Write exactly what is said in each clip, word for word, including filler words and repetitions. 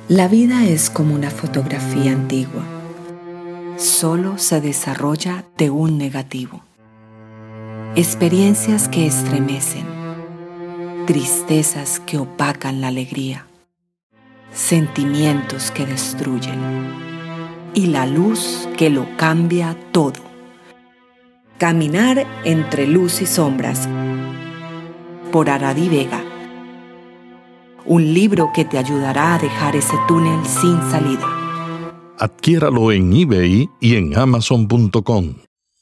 La vida es como una fotografía antigua. Solo se desarrolla de un negativo. Experiencias que estremecen, tristezas que opacan la alegría, sentimientos que destruyen y la luz que lo cambia todo. Caminar entre luz y sombras, por Arady Vega. Un libro que te ayudará a dejar ese túnel sin salida. Adquiéralo en eBay y en amazon punto com.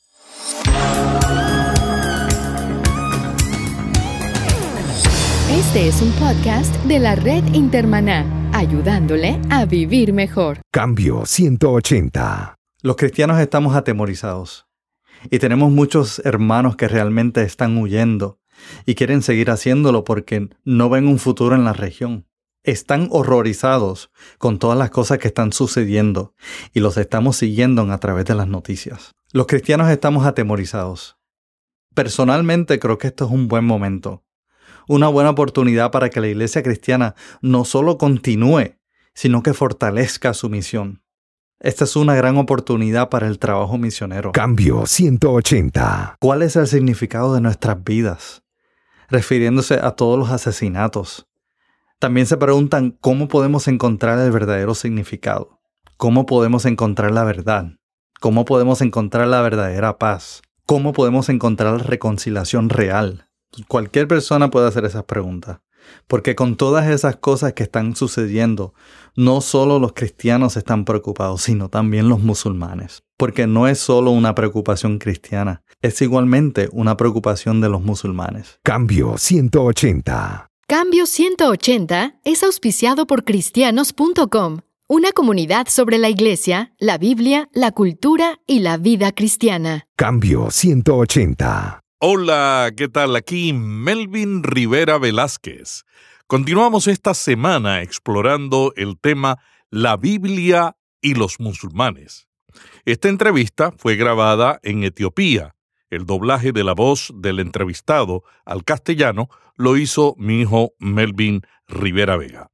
Este es un podcast de la Red Intermaná, ayudándole a vivir mejor. Cambio ciento ochenta. Los cristianos estamos atemorizados y tenemos muchos hermanos que realmente están huyendo y quieren seguir haciéndolo porque no ven un futuro en la región. Están horrorizados con todas las cosas que están sucediendo y los estamos siguiendo a través de las noticias. Los cristianos estamos atemorizados. Personalmente creo que esto es un buen momento, una buena oportunidad para que la iglesia cristiana no solo continúe, sino que fortalezca su misión. Esta es una gran oportunidad para el trabajo misionero. Cambio ciento ochenta. ¿Cuál es el significado de nuestras vidas? Refiriéndose a todos los asesinatos. También se preguntan cómo podemos encontrar el verdadero significado. ¿Cómo podemos encontrar la verdad? ¿Cómo podemos encontrar la verdadera paz? ¿Cómo podemos encontrar la reconciliación real? Cualquier persona puede hacer esas preguntas. Porque con todas esas cosas que están sucediendo, no solo los cristianos están preocupados, sino también los musulmanes. Porque no es solo una preocupación cristiana, es igualmente una preocupación de los musulmanes. Cambio ciento ochenta. Cambio ciento ochenta es auspiciado por cristianos punto com, una comunidad sobre la iglesia, la Biblia, la cultura y la vida cristiana. Cambio ciento ochenta. Hola, ¿qué tal? Aquí Melvin Rivera Velázquez. Continuamos esta semana explorando el tema La Biblia y los musulmanes. Esta entrevista fue grabada en Etiopía. El doblaje de la voz del entrevistado al castellano lo hizo mi hijo Melvin Rivera Vega.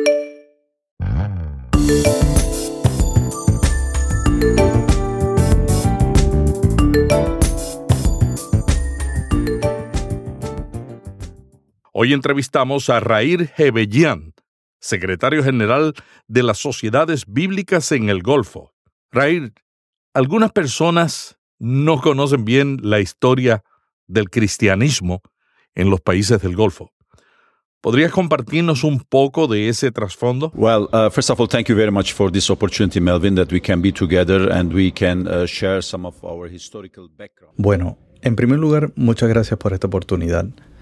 Hoy entrevistamos a Rair Gebejian, secretario general de las Sociedades Bíblicas en el Golfo. Rair, algunas personas no conocen bien la historia del cristianismo en los países del Golfo. ¿Podrías compartirnos un poco de ese trasfondo? Well, uh, first of all, thank you very much for this opportunity, Melvin, that we can be together and we can uh, share some of our historical background. Bueno, en primer lugar, muchas gracias por esta oportunidad.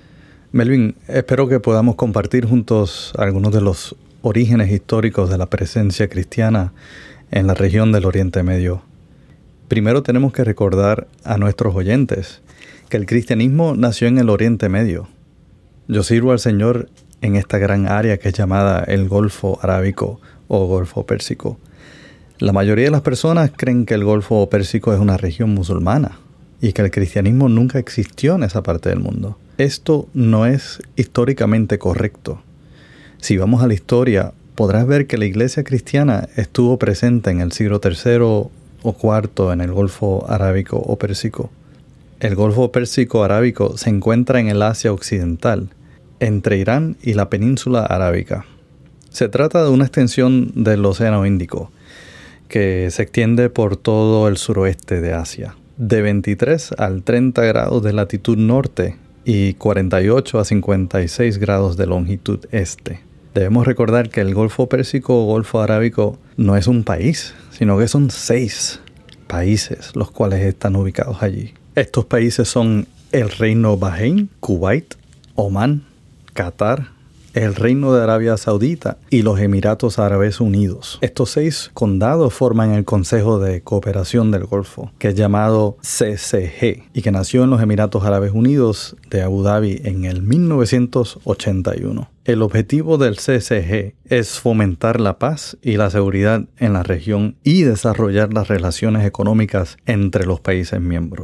Melvin, espero que podamos compartir juntos algunos de los orígenes históricos de la presencia cristiana en la región del Oriente Medio. Primero tenemos que recordar a nuestros oyentes que el cristianismo nació en el Oriente Medio. Yo sirvo al Señor en esta gran área que es llamada el Golfo Arábico o Golfo Pérsico. La mayoría de las personas creen que el Golfo Pérsico es una región musulmana y que el cristianismo nunca existió en esa parte del mundo. Esto no es históricamente correcto. Si vamos a la historia, podrás ver que la iglesia cristiana estuvo presente en el siglo tercero o cuarto en el Golfo Arábico o Pérsico. El Golfo Pérsico Arábico se encuentra en el Asia Occidental, entre Irán y la península arábica. Se trata de una extensión del Océano Índico, que se extiende por todo el suroeste de Asia, de veintitrés al treinta grados de latitud norte y cuarenta y ocho a cincuenta y seis grados de longitud este. Debemos recordar que el Golfo Pérsico o Golfo Arábico no es un país, sino que son seis países los cuales están ubicados allí. Estos países son el Reino Bahrein, Kuwait, Omán, Qatar, el Reino de Arabia Saudita y los Emiratos Árabes Unidos. Estos seis condados forman el Consejo de Cooperación del Golfo, que es llamado C C G, y que nació en los Emiratos Árabes Unidos de Abu Dhabi en el mil novecientos ochenta y uno. El objetivo del C C G es fomentar la paz y la seguridad en la región y desarrollar las relaciones económicas entre los países miembros.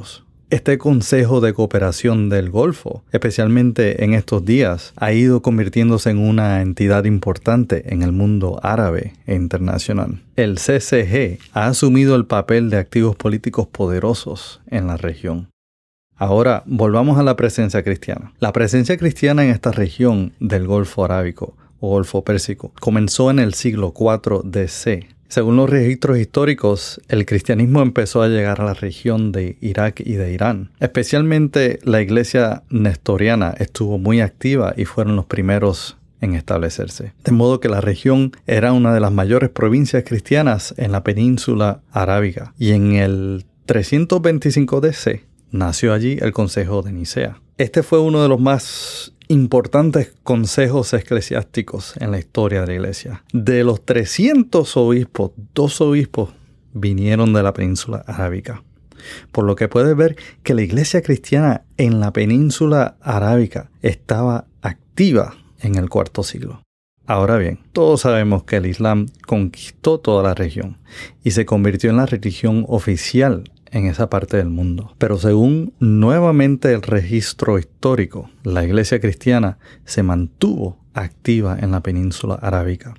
Este Consejo de Cooperación del Golfo, especialmente en estos días, ha ido convirtiéndose en una entidad importante en el mundo árabe e internacional. El C C G ha asumido el papel de activos políticos poderosos en la región. Ahora, volvamos a la presencia cristiana. La presencia cristiana en esta región del Golfo Arábico o Golfo Pérsico comenzó en el siglo cuatro D C. Según los registros históricos, el cristianismo empezó a llegar a la región de Irak y de Irán. Especialmente la iglesia nestoriana estuvo muy activa y fueron los primeros en establecerse. De modo que la región era una de las mayores provincias cristianas en la península arábiga. Y en el trescientos veinticinco D C nació allí el Consejo de Nicea. Este fue uno de los más importantes consejos eclesiásticos en la historia de la iglesia. De los trescientos obispos, dos obispos vinieron de la península arábica. Por lo que puedes ver que la iglesia cristiana en la península arábica estaba activa en el cuarto siglo. Ahora bien, todos sabemos que el Islam conquistó toda la región y se convirtió en la religión oficial en esa parte del mundo. Pero según nuevamente el registro histórico, la iglesia cristiana se mantuvo activa en la península arábica,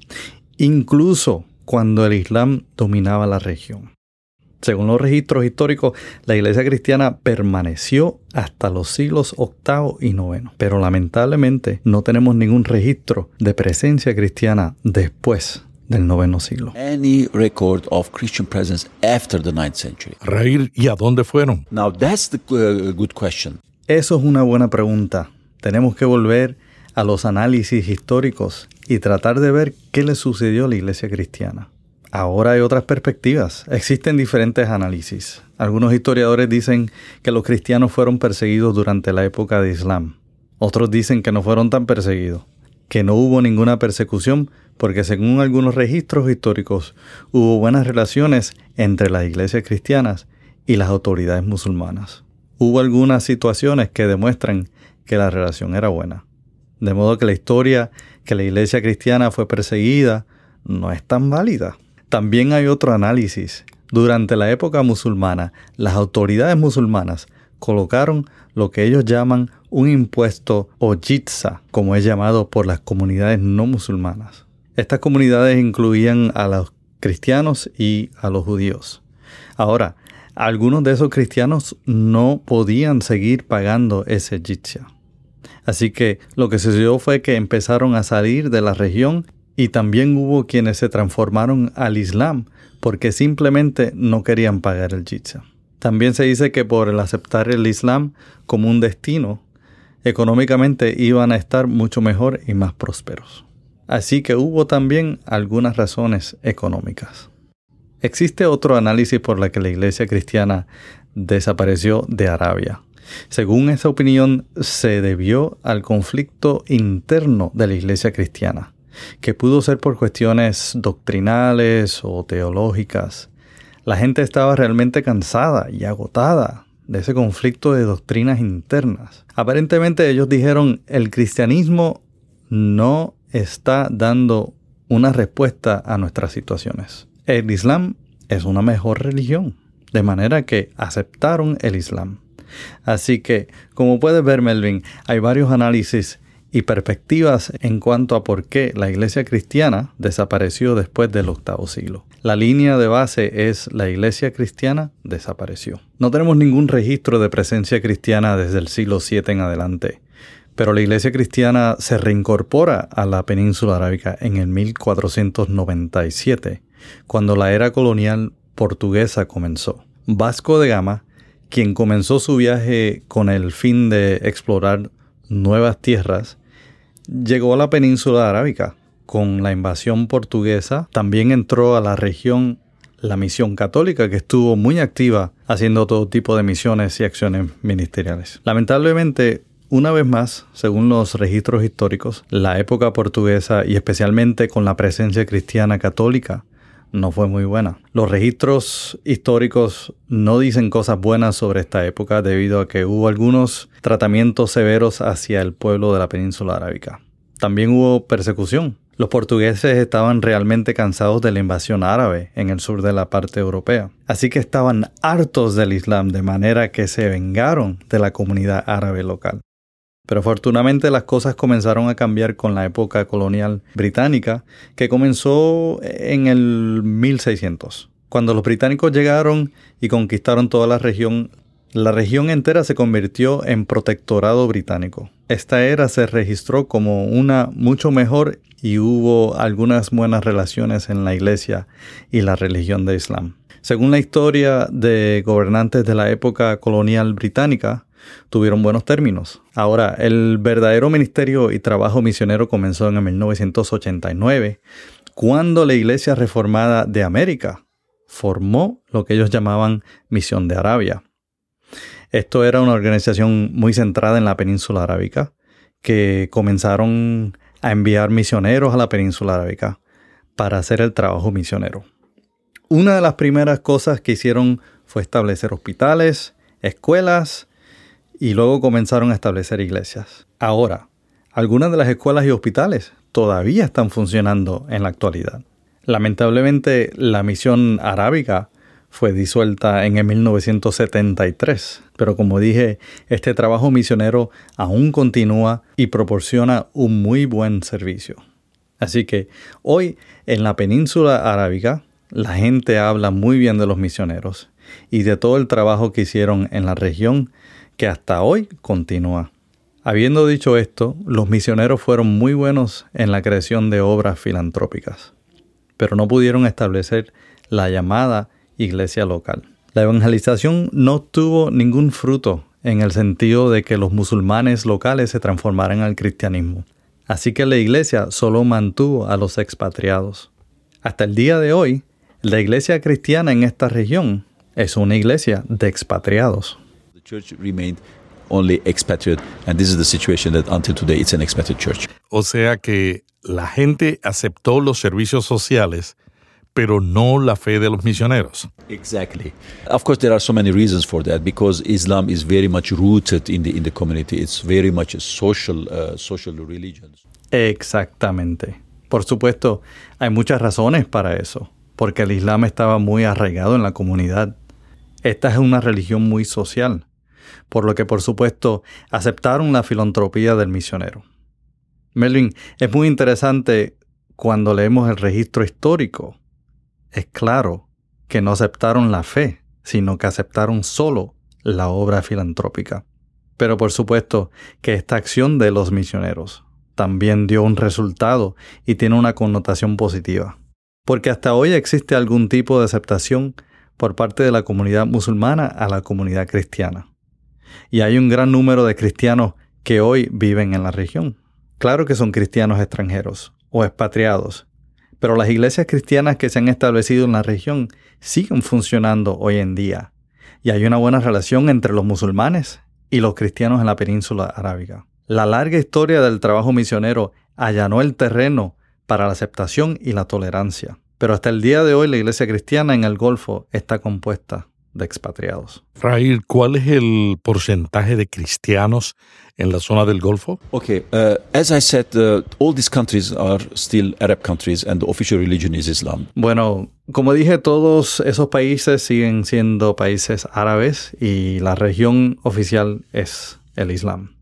incluso cuando el Islam dominaba la región. Según los registros históricos, la iglesia cristiana permaneció hasta los siglos octavo y noveno. Pero lamentablemente no tenemos ningún registro de presencia cristiana después del noveno siglo. Any record of Christian presence after the ninth century. Raíl, ¿y a dónde fueron? Now that's the uh, good question. Eso es una buena pregunta. Tenemos que volver a los análisis históricos y tratar de ver qué le sucedió a la iglesia cristiana. Ahora hay otras perspectivas. Existen diferentes análisis. Algunos historiadores dicen que los cristianos fueron perseguidos durante la época de Islam. Otros dicen que no fueron tan perseguidos, que no hubo ninguna persecución porque según algunos registros históricos hubo buenas relaciones entre las iglesias cristianas y las autoridades musulmanas. Hubo algunas situaciones que demuestran que la relación era buena. De modo que la historia que la iglesia cristiana fue perseguida no es tan válida. También hay otro análisis. Durante la época musulmana, las autoridades musulmanas colocaron lo que ellos llaman un impuesto o jizya, como es llamado por las comunidades no musulmanas. Estas comunidades incluían a los cristianos y a los judíos. Ahora, algunos de esos cristianos no podían seguir pagando ese jizya. Así que lo que sucedió fue que empezaron a salir de la región y también hubo quienes se transformaron al Islam porque simplemente no querían pagar el jizya. También se dice que por el aceptar el Islam como un destino, económicamente iban a estar mucho mejor y más prósperos. Así que hubo también algunas razones económicas. Existe otro análisis por la que la iglesia cristiana desapareció de Arabia. Según esa opinión, se debió al conflicto interno de la iglesia cristiana, que pudo ser por cuestiones doctrinales o teológicas. La gente estaba realmente cansada y agotada de ese conflicto de doctrinas internas. Aparentemente ellos dijeron, el cristianismo no está dando una respuesta a nuestras situaciones. El Islam es una mejor religión, de manera que aceptaron el Islam. Así que, como puedes ver, Melvin, hay varios análisis y perspectivas en cuanto a por qué la iglesia cristiana desapareció después del octavo siglo. La línea de base es la iglesia cristiana desapareció. No tenemos ningún registro de presencia cristiana desde el siglo siete en adelante, pero la iglesia cristiana se reincorpora a la península arábica en el mil cuatrocientos noventa y siete, cuando la era colonial portuguesa comenzó. Vasco de Gama, quien comenzó su viaje con el fin de explorar nuevas tierras, llegó a la península arábica. Con la invasión portuguesa también entró a la región la misión católica, que estuvo muy activa haciendo todo tipo de misiones y acciones ministeriales. Lamentablemente, una vez más, según los registros históricos, la época portuguesa y especialmente con la presencia cristiana católica no fue muy buena. Los registros históricos no dicen cosas buenas sobre esta época debido a que hubo algunos tratamientos severos hacia el pueblo de la península arábica. También hubo persecución. Los portugueses estaban realmente cansados de la invasión árabe en el sur de la parte europea. Así que estaban hartos del Islam, de manera que se vengaron de la comunidad árabe local. Pero afortunadamente las cosas comenzaron a cambiar con la época colonial británica, que comenzó en el mil seiscientos. Cuando los británicos llegaron y conquistaron toda la región, la región entera se convirtió en protectorado británico. Esta era se registró como una mucho mejor y hubo algunas buenas relaciones en la iglesia y la religión de Islam. Según la historia de gobernantes de la época colonial británica, tuvieron buenos términos. Ahora, el verdadero ministerio y trabajo misionero comenzó en mil novecientos ochenta y nueve, cuando la Iglesia Reformada de América formó lo que ellos llamaban Misión de Arabia. Esto era una organización muy centrada en la península arábica, que comenzaron a enviar misioneros a la península arábica para hacer el trabajo misionero. Una de las primeras cosas que hicieron fue establecer hospitales, escuelas, y luego comenzaron a establecer iglesias. Ahora, algunas de las escuelas y hospitales todavía están funcionando en la actualidad. Lamentablemente, la misión arábica fue disuelta en el mil novecientos setenta y tres, pero como dije, este trabajo misionero aún continúa y proporciona un muy buen servicio. Así que hoy en la península arábica, la gente habla muy bien de los misioneros y de todo el trabajo que hicieron en la región, que hasta hoy continúa. Habiendo dicho esto, los misioneros fueron muy buenos en la creación de obras filantrópicas, pero no pudieron establecer la llamada iglesia local. La evangelización no tuvo ningún fruto en el sentido de que los musulmanes locales se transformaran al cristianismo. Así que la iglesia solo mantuvo a los expatriados. Hasta el día de hoy, la iglesia cristiana en esta región es una iglesia de expatriados. The church remained only expatriate, and this is the situation that until today it's an expatriate church. O sea que la gente aceptó los servicios sociales, pero no la fe de los misioneros. Exactly. Of course, there are so many reasons for that, because Islam is very much rooted in the in the community. It's very much a social uh, social religion. Exactamente. Por supuesto, hay muchas razones para eso, porque el Islam estaba muy arraigado en la comunidad. Esta es una religión muy social, por lo que, por supuesto, aceptaron la filantropía del misionero. Melvin, es muy interesante cuando leemos el registro histórico. Es claro que no aceptaron la fe, sino que aceptaron solo la obra filantrópica. Pero por supuesto que esta acción de los misioneros también dio un resultado y tiene una connotación positiva. Porque hasta hoy existe algún tipo de aceptación por parte de la comunidad musulmana a la comunidad cristiana. Y hay un gran número de cristianos que hoy viven en la región. Claro que son cristianos extranjeros o expatriados, pero las iglesias cristianas que se han establecido en la región siguen funcionando hoy en día. Y hay una buena relación entre los musulmanes y los cristianos en la península arábiga. La larga historia del trabajo misionero allanó el terreno para la aceptación y la tolerancia. Pero hasta el día de hoy la iglesia cristiana en el Golfo está compuesta de expatriados. Rair, ¿cuál es el porcentaje de cristianos en la zona del Golfo? Okay, uh, as I said, uh, all these countries are still Arab countries, and the official religion is Islam. Bueno, como dije, todos esos países siguen siendo países árabes y la religión oficial es el Islam.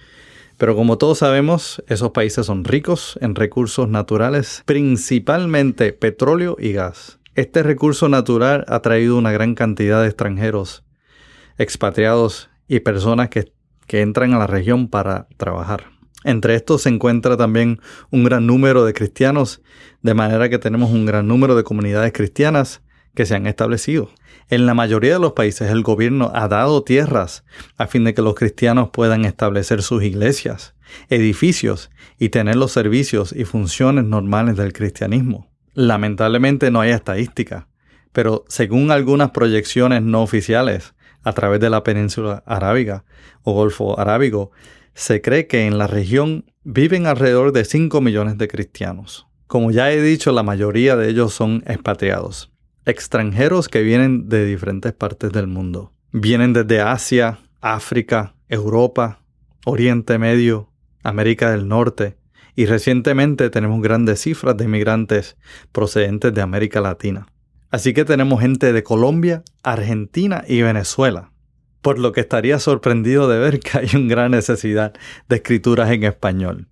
Pero como todos sabemos, esos países son ricos en recursos naturales, principalmente petróleo y gas. Este recurso natural ha traído una gran cantidad de extranjeros, expatriados y personas que, que entran a la región para trabajar. Entre estos se encuentra también un gran número de cristianos, de manera que tenemos un gran número de comunidades cristianas que se han establecido. En la mayoría de los países el gobierno ha dado tierras a fin de que los cristianos puedan establecer sus iglesias, edificios y tener los servicios y funciones normales del cristianismo. Lamentablemente no hay estadística, pero según algunas proyecciones no oficiales a través de la península arábiga o Golfo Arábigo, se cree que en la región viven alrededor de cinco millones de cristianos. Como ya he dicho, la mayoría de ellos son expatriados, extranjeros que vienen de diferentes partes del mundo. Vienen desde Asia, África, Europa, Oriente Medio, América del Norte Y recientemente tenemos grandes cifras de inmigrantes procedentes de América Latina. Así que tenemos gente de Colombia, Argentina y Venezuela. Por lo que estaría sorprendido de ver que hay una gran necesidad de escrituras en español.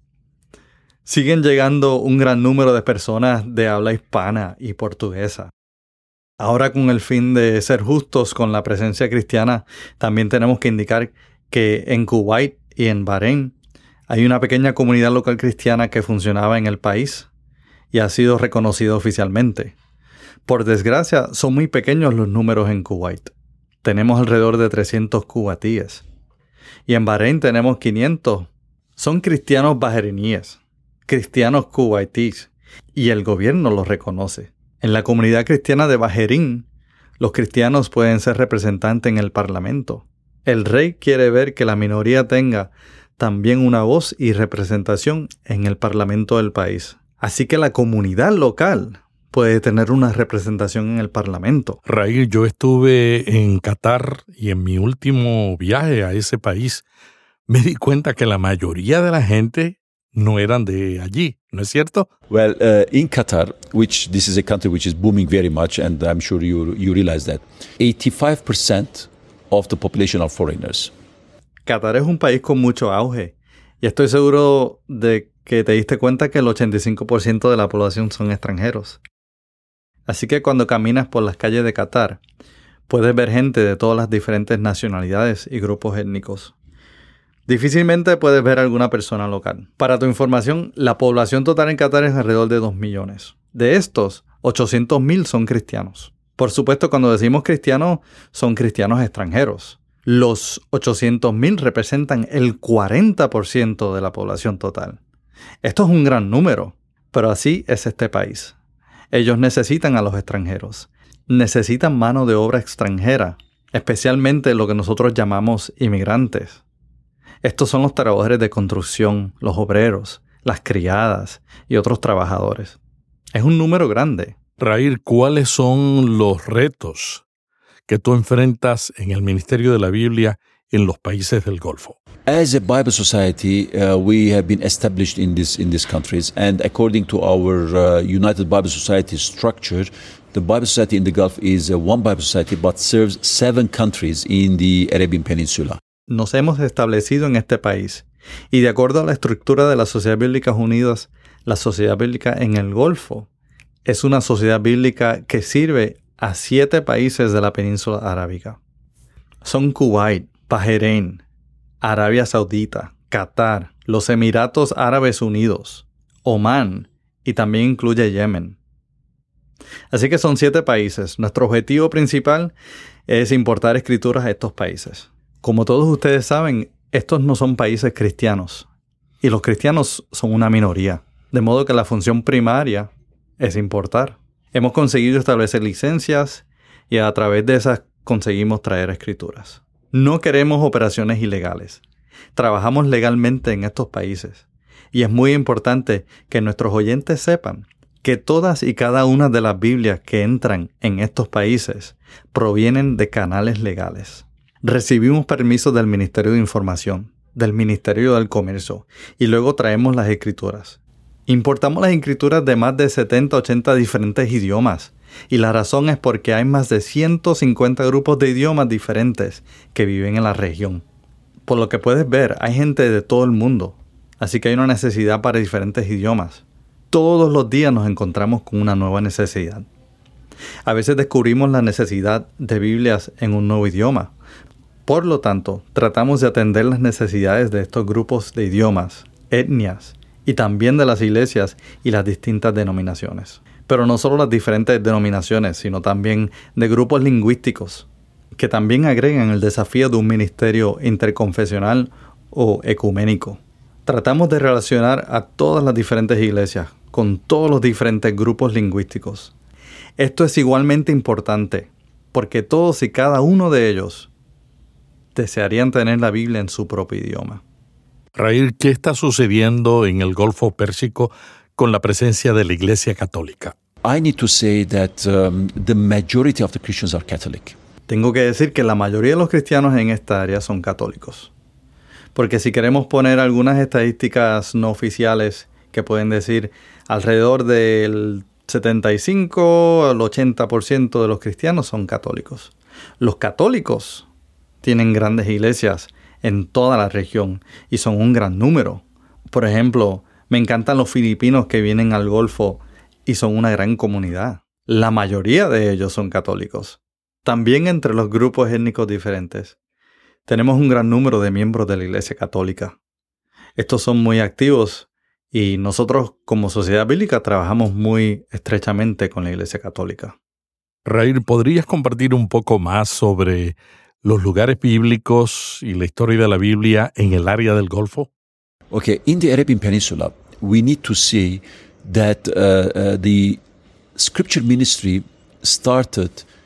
Siguen llegando un gran número de personas de habla hispana y portuguesa. Ahora, con el fin de ser justos con la presencia cristiana, también tenemos que indicar que en Kuwait y en Bahrein hay una pequeña comunidad local cristiana que funcionaba en el país y ha sido reconocida oficialmente. Por desgracia, son muy pequeños los números en Kuwait. Tenemos alrededor de trescientos kuwaitíes. Y en Bahrein tenemos quinientos. Son cristianos bahreiníes, cristianos kuwaitíes, y el gobierno los reconoce. En la comunidad cristiana de Bahrein, los cristianos pueden ser representantes en el parlamento. El rey quiere ver que la minoría tenga también una voz y representación en el parlamento del país. Así que la comunidad local puede tener una representación en el parlamento. Raíl, yo estuve en Qatar y en mi último viaje a ese país me di cuenta que la mayoría de la gente no eran de allí, ¿no es cierto? Well, uh, in Qatar, which this is a country which is booming very much, and I'm sure you you realize that, eighty-five percent of the population are foreigners. Qatar es un país con mucho auge y estoy seguro de que te diste cuenta que el ochenta y cinco por ciento de la población son extranjeros. Así que cuando caminas por las calles de Qatar, puedes ver gente de todas las diferentes nacionalidades y grupos étnicos. Difícilmente puedes ver alguna persona local. Para tu información, la población total en Qatar es alrededor de dos millones. De estos, ochocientos mil son cristianos. Por supuesto, cuando decimos cristianos, son cristianos extranjeros. Los ochocientos mil representan el cuarenta por ciento de la población total. Esto es un gran número, pero así es este país. Ellos necesitan a los extranjeros. Necesitan mano de obra extranjera, especialmente lo que nosotros llamamos inmigrantes. Estos son los trabajadores de construcción, los obreros, las criadas y otros trabajadores. Es un número grande. Raíl, ¿cuáles son los retos que tú enfrentas en el ministerio de la Biblia en los países del Golfo? As a Bible Society, uh, we have been established in this in these countries, and according to our uh, United Bible Society structure, the Bible Society in the Gulf is uh, one Bible Society, but serves seven countries in the Arabian Peninsula. Nos hemos establecido en este país, y de acuerdo a la estructura de las Sociedades Bíblicas Unidas, la Sociedad Bíblica en el Golfo es una sociedad bíblica que sirve a siete países de la península arábiga. Son Kuwait, Bahrein, Arabia Saudita, Qatar, los Emiratos Árabes Unidos, Omán y también incluye Yemen. Así que son siete países. Nuestro objetivo principal es importar escrituras a estos países. Como todos ustedes saben, estos no son países cristianos y los cristianos son una minoría, de modo que la función primaria es importar. Hemos conseguido establecer licencias y a través de esas conseguimos traer escrituras. No queremos operaciones ilegales. Trabajamos legalmente en estos países. Y es muy importante que nuestros oyentes sepan que todas y cada una de las Biblias que entran en estos países provienen de canales legales. Recibimos permisos del Ministerio de Información, del Ministerio del Comercio, y luego traemos las escrituras. Importamos las escrituras de más de setenta, ochenta diferentes idiomas. Y la razón es porque hay más de ciento cincuenta grupos de idiomas diferentes que viven en la región. Por lo que puedes ver, hay gente de todo el mundo, así que hay una necesidad para diferentes idiomas. Todos los días nos encontramos con una nueva necesidad. A veces descubrimos la necesidad de Biblias en un nuevo idioma. Por lo tanto, tratamos de atender las necesidades de estos grupos de idiomas, etnias y también de las iglesias y las distintas denominaciones. Pero no solo las diferentes denominaciones, sino también de grupos lingüísticos, que también agregan el desafío de un ministerio interconfesional o ecuménico. Tratamos de relacionar a todas las diferentes iglesias con todos los diferentes grupos lingüísticos. Esto es igualmente importante, porque todos y cada uno de ellos desearían tener la Biblia en su propio idioma. Raíl, ¿qué está sucediendo en el Golfo Pérsico con la presencia de la Iglesia Católica? I need to say that um, the majority of the Christians are Catholic. Tengo que decir que la mayoría de los cristianos en esta área son católicos. Porque si queremos poner algunas estadísticas no oficiales que pueden decir alrededor del setenta y cinco al ochenta por ciento de los cristianos son católicos. Los católicos tienen grandes iglesias en toda la región y son un gran número. Por ejemplo, me encantan los filipinos que vienen al Golfo y son una gran comunidad. La mayoría de ellos son católicos. También entre los grupos étnicos diferentes. Tenemos un gran número de miembros de la Iglesia Católica. Estos son muy activos y nosotros como Sociedad Bíblica trabajamos muy estrechamente con la Iglesia Católica. Rair, ¿podrías compartir un poco más sobre los lugares bíblicos y la historia de la Biblia en el área del Golfo? Okay, in the Arabian Peninsula, we need to say that uh, uh, the scripture ministry started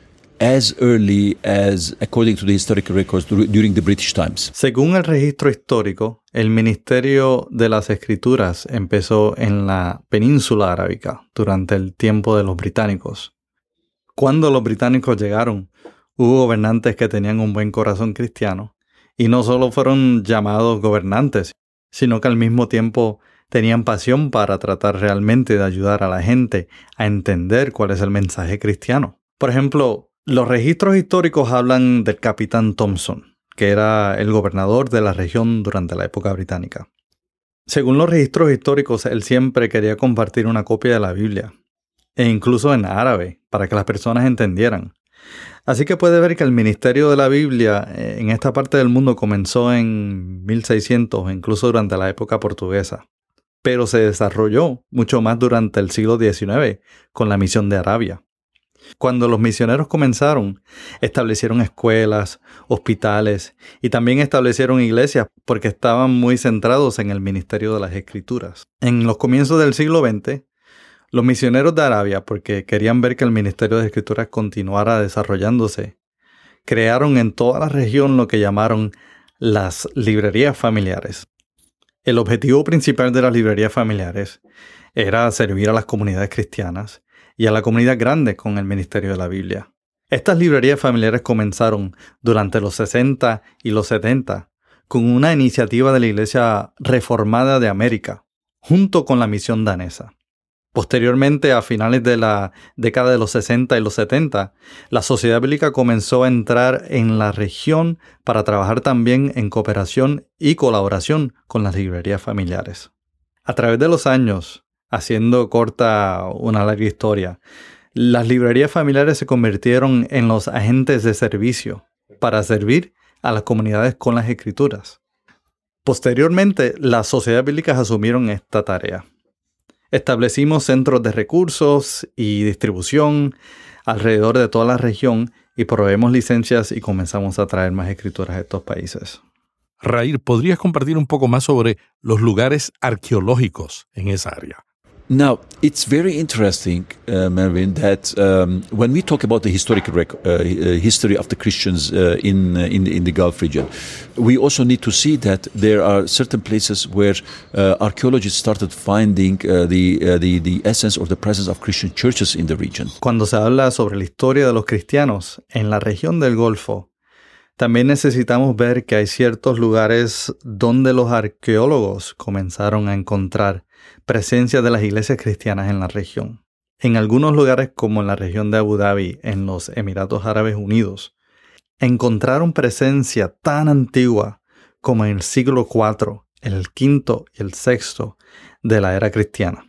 as early as, according to the historical records, during the British times. Según el registro histórico, el ministerio de las escrituras empezó en la península arábica durante el tiempo de los británicos. Cuando los británicos llegaron, hubo gobernantes que tenían un buen corazón cristiano y no solo fueron llamados gobernantes, sino que al mismo tiempo tenían pasión para tratar realmente de ayudar a la gente a entender cuál es el mensaje cristiano. Por ejemplo, los registros históricos hablan del capitán Thompson, que era el gobernador de la región durante la época británica. Según los registros históricos, él siempre quería compartir una copia de la Biblia, e incluso en árabe, para que las personas entendieran. Así que puede ver que el ministerio de la Biblia en esta parte del mundo comenzó en mil seiscientos, incluso durante la época portuguesa, pero se desarrolló mucho más durante el siglo diecinueve con la misión de Arabia. Cuando los misioneros comenzaron, establecieron escuelas, hospitales y también establecieron iglesias porque estaban muy centrados en el ministerio de las Escrituras. En los comienzos del siglo veinte, los misioneros de Arabia, porque querían ver que el ministerio de Escrituras continuara desarrollándose, crearon en toda la región lo que llamaron las librerías familiares. El objetivo principal de las librerías familiares era servir a las comunidades cristianas y a la comunidad grande con el ministerio de la Biblia. Estas librerías familiares comenzaron durante los sesenta y los setenta con una iniciativa de la Iglesia Reformada de América, junto con la misión danesa. Posteriormente, a finales de la década de los sesenta y los setenta, la Sociedad Bíblica comenzó a entrar en la región para trabajar también en cooperación y colaboración con las librerías familiares. A través de los años, haciendo corta una larga historia, las librerías familiares se convirtieron en los agentes de servicio para servir a las comunidades con las Escrituras. Posteriormente, las sociedades bíblicas asumieron esta tarea. Establecimos centros de recursos y distribución alrededor de toda la región y proveemos licencias y comenzamos a traer más escrituras a estos países. Rair, ¿podrías compartir un poco más sobre los lugares arqueológicos en esa área? Now, it's very interesting, uh, Melvin, that um, when we talk about the historical rec- uh, history of the Christians uh, in, uh, in in the Gulf region, we also need to see that there are certain places where uh, archaeologists started finding uh, the, uh, the the essence or the presence of Christian churches in the region. Cuando se habla sobre la historia de los cristianos en la región del Golfo, también necesitamos ver que hay ciertos lugares donde los arqueólogos comenzaron a encontrar presencia de las iglesias cristianas en la región. En algunos lugares, como en la región de Abu Dhabi, en los Emiratos Árabes Unidos, encontraron presencia tan antigua como en el siglo cuarto, el quinto y el sexto de la era cristiana.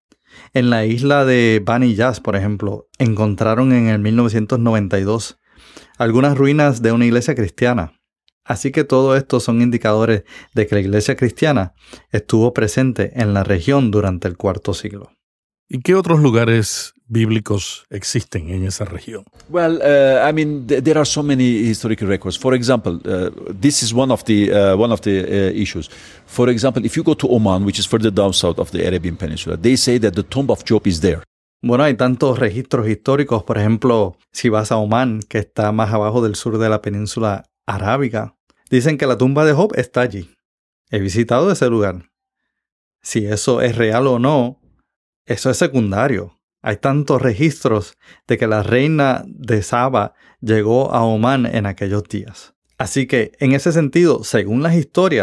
En la isla de Bani Yas, por ejemplo, encontraron en el mil novecientos noventa y dos algunas ruinas de una iglesia cristiana. Así que todo esto son indicadores de que la iglesia cristiana estuvo presente en la región durante el cuarto siglo. ¿Y qué otros lugares bíblicos existen en esa región? Well, uh, I mean, th- there are so many historical records. For example, uh, this is one of the uh, one of the uh, issues. For example, if you go to Oman, which is further down south of the Arabian Peninsula, they say that the tomb of Job is there. Bueno, hay tantos registros históricos. Por ejemplo, si vas a Omán, que está más abajo del sur de la península arábiga, dicen que la tumba de Job está allí. He visitado ese lugar. Si eso es real o no, eso es secundario. Hay tantos registros de que la reina de Saba llegó a Omán en aquellos días. Así que, en ese sentido, según las historias,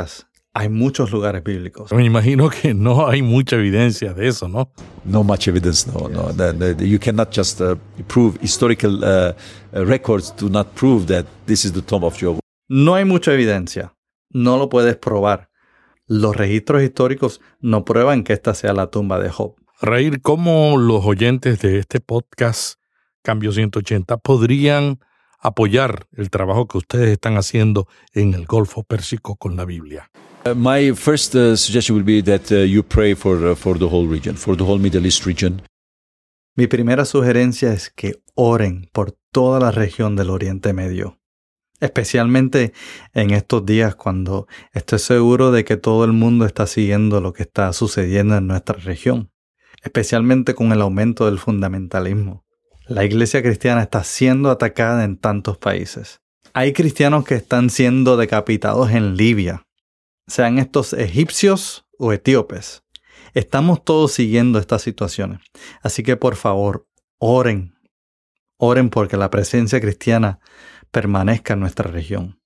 Hay muchos lugares bíblicos. Me imagino que no hay mucha evidencia de eso, ¿no? No much evidence, no, yes. no. The, the, you cannot just uh, prove historical uh, uh, records do not prove that this is the tomb of Job. No hay mucha evidencia. No lo puedes probar. Los registros históricos no prueban que esta sea la tumba de Job. Raíl, ¿cómo los oyentes de este podcast Cambio ciento ochenta podrían apoyar el trabajo que ustedes están haciendo en el Golfo Pérsico con la Biblia? Uh, my first uh, suggestion will be that uh, you pray for uh, for the whole region, for the whole Middle East region. Mi primera sugerencia es que oren por toda la región del Oriente Medio, especialmente en estos días cuando estoy seguro de que todo el mundo está siguiendo lo que está sucediendo en nuestra región, especialmente con el aumento del fundamentalismo. La iglesia cristiana está siendo atacada en tantos países. Hay cristianos que están siendo decapitados en Libia, sean estos egipcios o etíopes. Estamos todos siguiendo estas situaciones. Así que por favor, oren. Oren porque la presencia cristiana permanezca en nuestra región.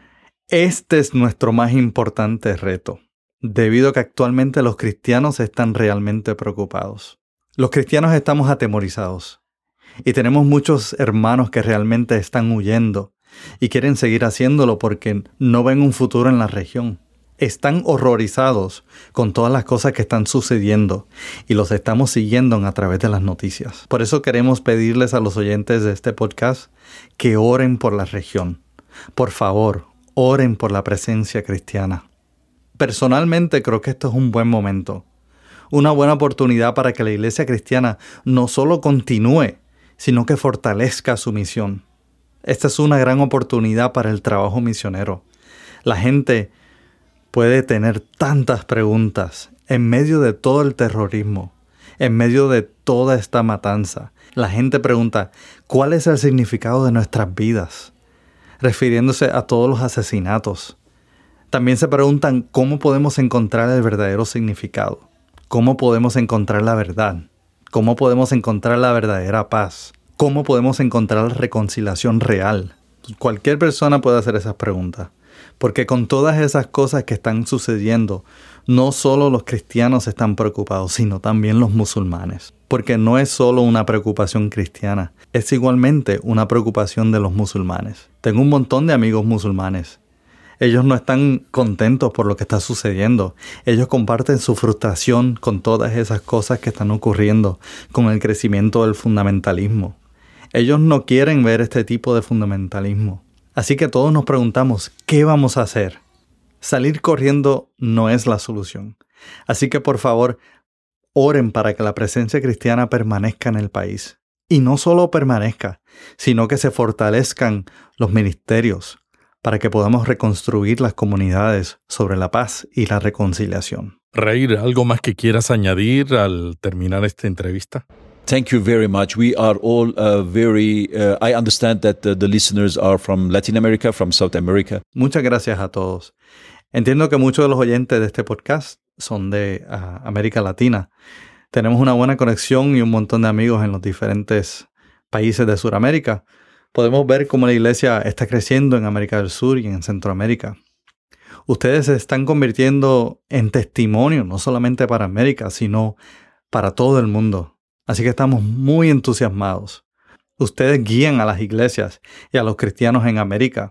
Este es nuestro más importante reto, debido a que actualmente los cristianos están realmente preocupados. Los cristianos estamos atemorizados y tenemos muchos hermanos que realmente están huyendo y quieren seguir haciéndolo porque no ven un futuro en la región. Están horrorizados con todas las cosas que están sucediendo y los estamos siguiendo a través de las noticias. Por eso queremos pedirles a los oyentes de este podcast que oren por la región. Por favor, oren por la presencia cristiana. Personalmente creo que esto es un buen momento, una buena oportunidad para que la iglesia cristiana no solo continúe, sino que fortalezca su misión. Esta es una gran oportunidad para el trabajo misionero. La gente puede tener tantas preguntas en medio de todo el terrorismo, en medio de toda esta matanza. La gente pregunta, ¿cuál es el significado de nuestras vidas? Refiriéndose a todos los asesinatos. También se preguntan cómo podemos encontrar el verdadero significado, cómo podemos encontrar la verdad, cómo podemos encontrar la verdadera paz, cómo podemos encontrar la reconciliación real. Cualquier persona puede hacer esas preguntas. Porque con todas esas cosas que están sucediendo, no solo los cristianos están preocupados, sino también los musulmanes. Porque no es solo una preocupación cristiana, es igualmente una preocupación de los musulmanes. Tengo un montón de amigos musulmanes. Ellos no están contentos por lo que está sucediendo. Ellos comparten su frustración con todas esas cosas que están ocurriendo, con el crecimiento del fundamentalismo. Ellos no quieren ver este tipo de fundamentalismo. Así que todos nos preguntamos, ¿qué vamos a hacer? Salir corriendo no es la solución. Así que por favor, oren para que la presencia cristiana permanezca en el país. Y no solo permanezca, sino que se fortalezcan los ministerios para que podamos reconstruir las comunidades sobre la paz y la reconciliación. Raíl, ¿algo más que quieras añadir al terminar esta entrevista? Thank you very much. We are all uh, very, uh, I understand that uh, the listeners are from Latin America, from South America. Muchas gracias a todos. Entiendo que muchos de los oyentes de este podcast son de uh, América Latina. Tenemos una buena conexión y un montón de amigos en los diferentes países de Sudamérica. Podemos ver cómo la iglesia está creciendo en América del Sur y en Centroamérica. Ustedes se están convirtiendo en testimonio, no solamente para América, sino para todo el mundo. Así que estamos muy entusiasmados. Ustedes guían a las iglesias y a los cristianos en América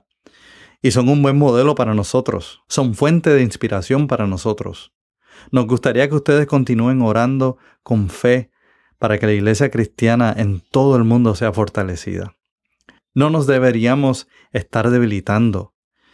y son un buen modelo para nosotros. Son fuente de inspiración para nosotros. Nos gustaría que ustedes continúen orando con fe para que la iglesia cristiana en todo el mundo sea fortalecida. No nos deberíamos estar debilitando.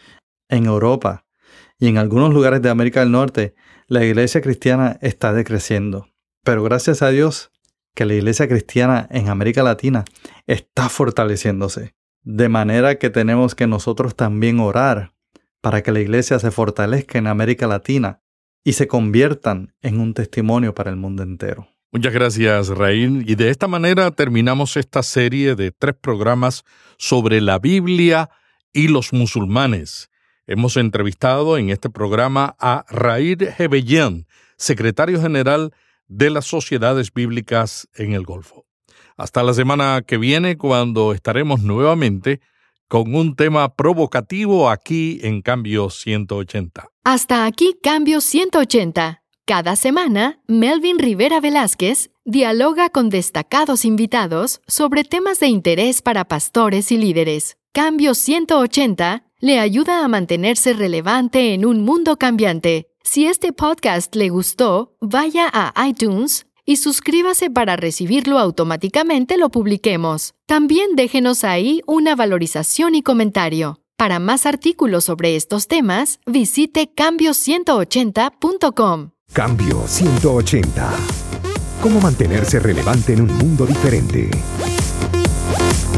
En Europa y en algunos lugares de América del Norte, la iglesia cristiana está decreciendo. Pero gracias a Dios, que la iglesia cristiana en América Latina está fortaleciéndose. De manera que tenemos que nosotros también orar para que la iglesia se fortalezca en América Latina y se conviertan en un testimonio para el mundo entero. Muchas gracias, Raíl. Y de esta manera terminamos esta serie de tres programas sobre la Biblia y los musulmanes. Hemos entrevistado en este programa a Raíl Gebeyan, secretario general de las Sociedades Bíblicas en el Golfo. Hasta la semana que viene, cuando estaremos nuevamente con un tema provocativo aquí en Cambio ciento ochenta. Hasta aquí Cambio ciento ochenta. Cada semana, Melvin Rivera Velázquez dialoga con destacados invitados sobre temas de interés para pastores y líderes. Cambio ciento ochenta le ayuda a mantenerse relevante en un mundo cambiante. Si este podcast le gustó, vaya a iTunes y suscríbase para recibirlo automáticamente lo publiquemos. También déjenos ahí una valorización y comentario. Para más artículos sobre estos temas, visite cambio ciento ochenta punto com. Cambio ciento ochenta. ¿Cómo mantenerse relevante en un mundo diferente?